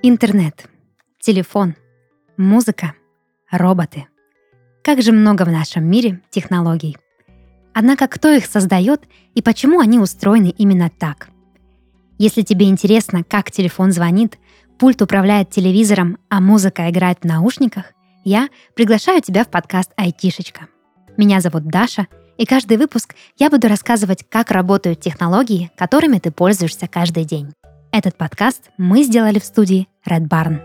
Интернет, телефон, музыка, роботы. Как же много в нашем мире технологий. Однако кто их создает и почему они устроены именно так? Если тебе интересно, как телефон звонит, пульт управляет телевизором, а музыка играет в наушниках, я приглашаю тебя в подкаст «Айтишечка». Меня зовут Даша, и каждый выпуск я буду рассказывать, как работают технологии, которыми ты пользуешься каждый день. Этот подкаст мы сделали в студии Red Barn.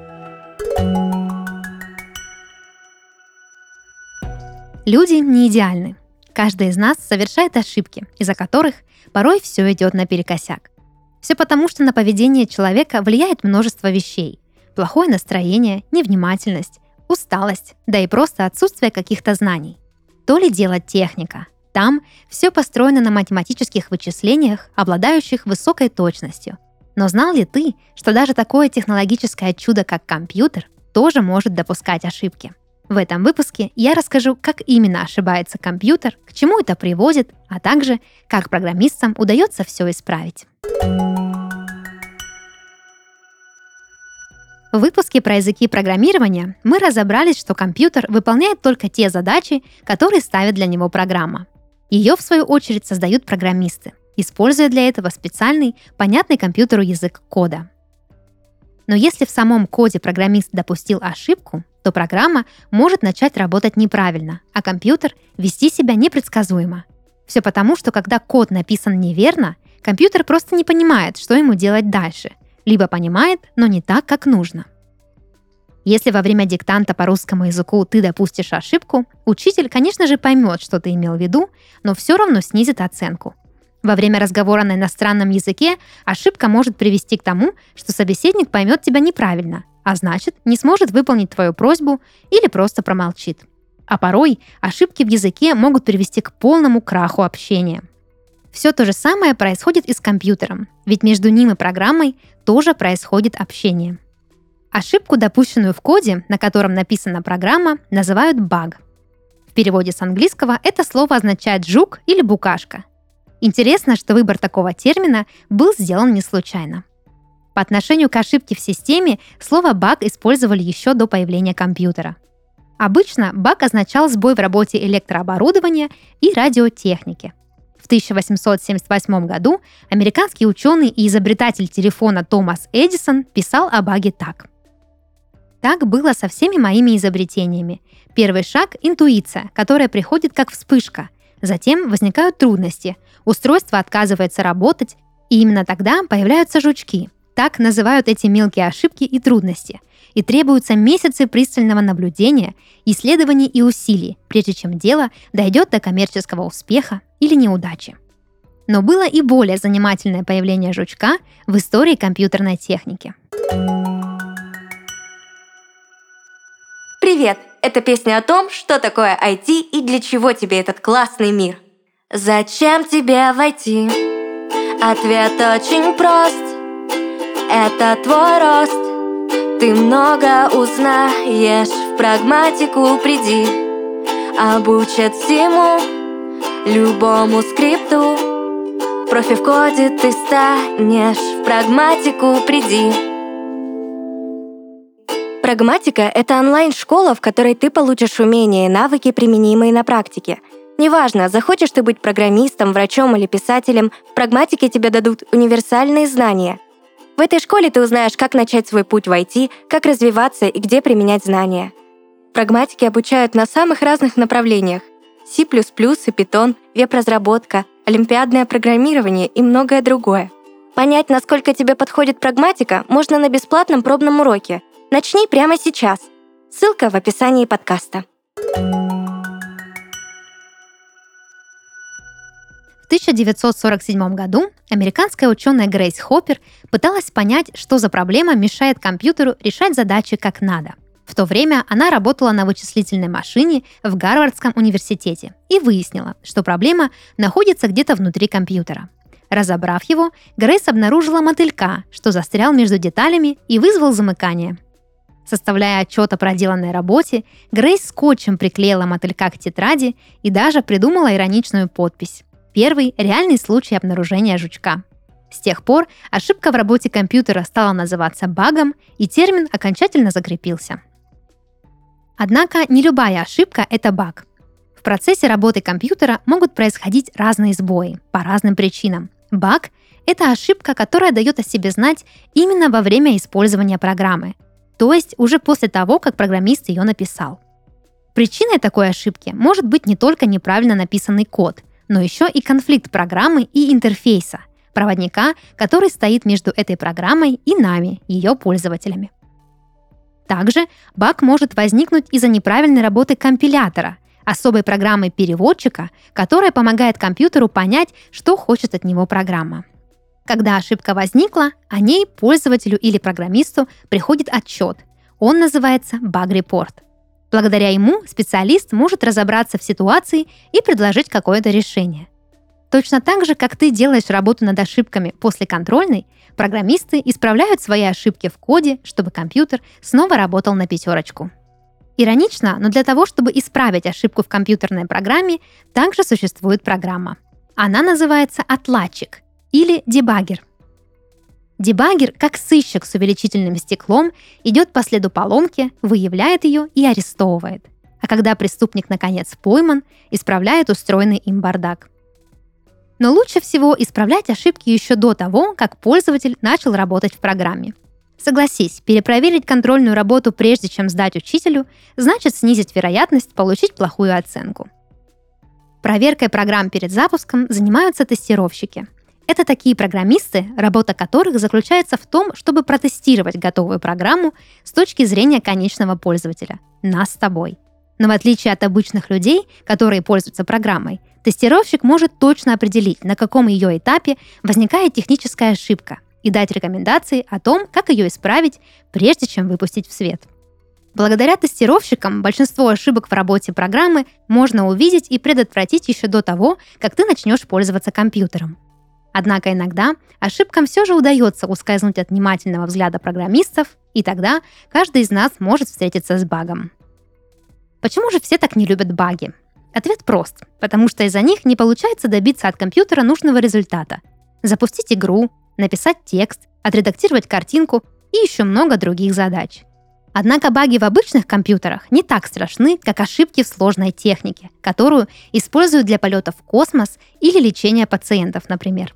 Люди не идеальны. Каждый из нас совершает ошибки, из-за которых порой все идет наперекосяк. Все потому, что на поведение человека влияет множество вещей. Плохое настроение, невнимательность, усталость, да и просто отсутствие каких-то знаний. То ли дело техника. Там все построено на математических вычислениях, обладающих высокой точностью. Но знал ли ты, что даже такое технологическое чудо, как компьютер, тоже может допускать ошибки? В этом выпуске я расскажу, как именно ошибается компьютер, к чему это приводит, а также, как программистам удается все исправить. В выпуске про языки программирования мы разобрались, что компьютер выполняет только те задачи, которые ставит для него программа. Ее, в свою очередь, создают программисты, используя для этого специальный, понятный компьютеру язык кода. Но если в самом коде программист допустил ошибку, то программа может начать работать неправильно, а компьютер вести себя непредсказуемо. Все потому, что когда код написан неверно, компьютер просто не понимает, что ему делать дальше, либо понимает, но не так, как нужно. Если во время диктанта по русскому языку ты допустишь ошибку, учитель, конечно же, поймет, что ты имел в виду, но все равно снизит оценку. Во время разговора на иностранном языке ошибка может привести к тому, что собеседник поймет тебя неправильно, а значит, не сможет выполнить твою просьбу или просто промолчит. А порой ошибки в языке могут привести к полному краху общения. Все то же самое происходит и с компьютером, ведь между ним и программой тоже происходит общение. Ошибку, допущенную в коде, на котором написана программа, называют баг. В переводе с английского это слово означает «жук» или «букашка». Интересно, что выбор такого термина был сделан не случайно. По отношению к ошибке в системе слово «баг» использовали еще до появления компьютера. Обычно баг означал сбой в работе электрооборудования и радиотехники. В 1878 году американский ученый и изобретатель телефона Томас Эдисон писал о баге так. Так было со всеми моими изобретениями. Первый шаг – интуиция, которая приходит как вспышка. Затем возникают трудности, устройство отказывается работать, и именно тогда появляются жучки. Так называют эти мелкие ошибки и трудности. И требуются месяцы пристального наблюдения, исследований и усилий, прежде чем дело дойдет до коммерческого успеха или неудачи. Но было и более занимательное появление жучка в истории компьютерной техники. Привет! Это песня о том, что такое IT и для чего тебе этот классный мир. Зачем тебе в IT? Ответ очень прост. Это твой рост. Ты много узнаешь, в прагматику приди. Обучат всему, любому скрипту. Профи в коде ты станешь, в прагматику приди. Прагматика — это онлайн-школа, в которой ты получишь умения и навыки, применимые на практике. Неважно, захочешь ты быть программистом, врачом или писателем, в прагматике тебе дадут универсальные знания. В этой школе ты узнаешь, как начать свой путь в IT, как развиваться и где применять знания. Прагматики обучают на самых разных направлениях. C++ и Python, веб-разработка, олимпиадное программирование и многое другое. Понять, насколько тебе подходит прагматика, можно на бесплатном пробном уроке. Начни прямо сейчас. Ссылка в описании подкаста. В 1947 году американская ученая Грейс Хоппер пыталась понять, что за проблема мешает компьютеру решать задачи как надо. В то время она работала на вычислительной машине в Гарвардском университете и выяснила, что проблема находится где-то внутри компьютера. Разобрав его, Грейс обнаружила мотылька, что застрял между деталями и вызвал замыкание. Составляя отчет о проделанной работе, Грейс скотчем приклеила мотылька к тетради и даже придумала ироничную подпись. Первый реальный случай обнаружения жучка. С тех пор ошибка в работе компьютера стала называться багом, и термин окончательно закрепился. Однако не любая ошибка – это баг. В процессе работы компьютера могут происходить разные сбои по разным причинам. Баг – это ошибка, которая дает о себе знать именно во время использования программы, то есть уже после того, как программист ее написал. Причиной такой ошибки может быть не только неправильно написанный код, но еще и конфликт программы и интерфейса, проводника, который стоит между этой программой и нами, ее пользователями. Также баг может возникнуть из-за неправильной работы компилятора, особой программы переводчика, которая помогает компьютеру понять, что хочет от него программа. Когда ошибка возникла, о ней пользователю или программисту приходит отчет. Он называется баг-репорт. Благодаря ему специалист может разобраться в ситуации и предложить какое-то решение. Точно так же, как ты делаешь работу над ошибками после контрольной, программисты исправляют свои ошибки в коде, чтобы компьютер снова работал на 5. Иронично, но для того, чтобы исправить ошибку в компьютерной программе, также существует программа. Она называется отладчик или дебаггер. Дебаггер, как сыщик с увеличительным стеклом, идет по следу поломки, выявляет ее и арестовывает. А когда преступник наконец пойман, исправляет устроенный им бардак. Но лучше всего исправлять ошибки еще до того, как пользователь начал работать в программе. Согласись, перепроверить контрольную работу прежде чем сдать учителю, значит снизить вероятность получить плохую оценку. Проверкой программ перед запуском занимаются тестировщики. Это такие программисты, работа которых заключается в том, чтобы протестировать готовую программу с точки зрения конечного пользователя – нас с тобой. Но в отличие от обычных людей, которые пользуются программой, тестировщик может точно определить, на каком ее этапе возникает техническая ошибка, и дать рекомендации о том, как ее исправить, прежде чем выпустить в свет. Благодаря тестировщикам большинство ошибок в работе программы можно увидеть и предотвратить еще до того, как ты начнешь пользоваться компьютером. Однако иногда ошибкам все же удается ускользнуть от внимательного взгляда программистов, и тогда каждый из нас может встретиться с багом. Почему же все так не любят баги? Ответ прост, потому что из-за них не получается добиться от компьютера нужного результата. Запустить игру, написать текст, отредактировать картинку и еще много других задач. Однако баги в обычных компьютерах не так страшны, как ошибки в сложной технике, которую используют для полетов в космос или лечения пациентов, например.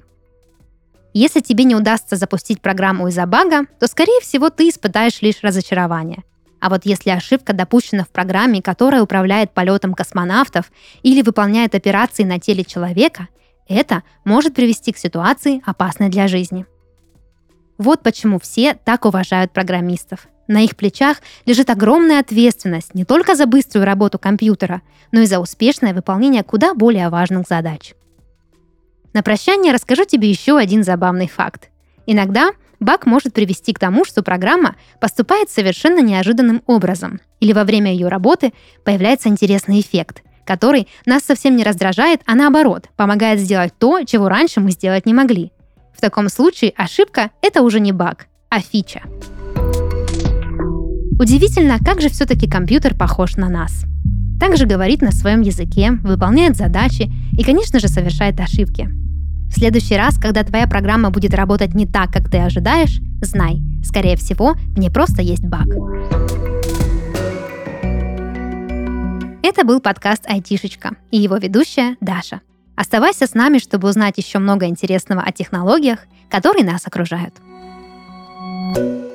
Если тебе не удастся запустить программу из-за бага, то, скорее всего, ты испытаешь лишь разочарование. А вот если ошибка допущена в программе, которая управляет полетом космонавтов или выполняет операции на теле человека, это может привести к ситуации, опасной для жизни. Вот почему все так уважают программистов. На их плечах лежит огромная ответственность не только за быструю работу компьютера, но и за успешное выполнение куда более важных задач. На прощание расскажу тебе еще один забавный факт. Иногда баг может привести к тому, что программа поступает совершенно неожиданным образом, или во время ее работы появляется интересный эффект, который нас совсем не раздражает, а наоборот, помогает сделать то, чего раньше мы сделать не могли. В таком случае ошибка – это уже не баг, а фича. Удивительно, как же все-таки компьютер похож на нас. Также говорит на своем языке, выполняет задачи и, конечно же, совершает ошибки. В следующий раз, когда твоя программа будет работать не так, как ты ожидаешь, знай, скорее всего, в ней просто есть баг. Это был подкаст «Айтишечка» и его ведущая Даша. Оставайся с нами, чтобы узнать еще много интересного о технологиях, которые нас окружают.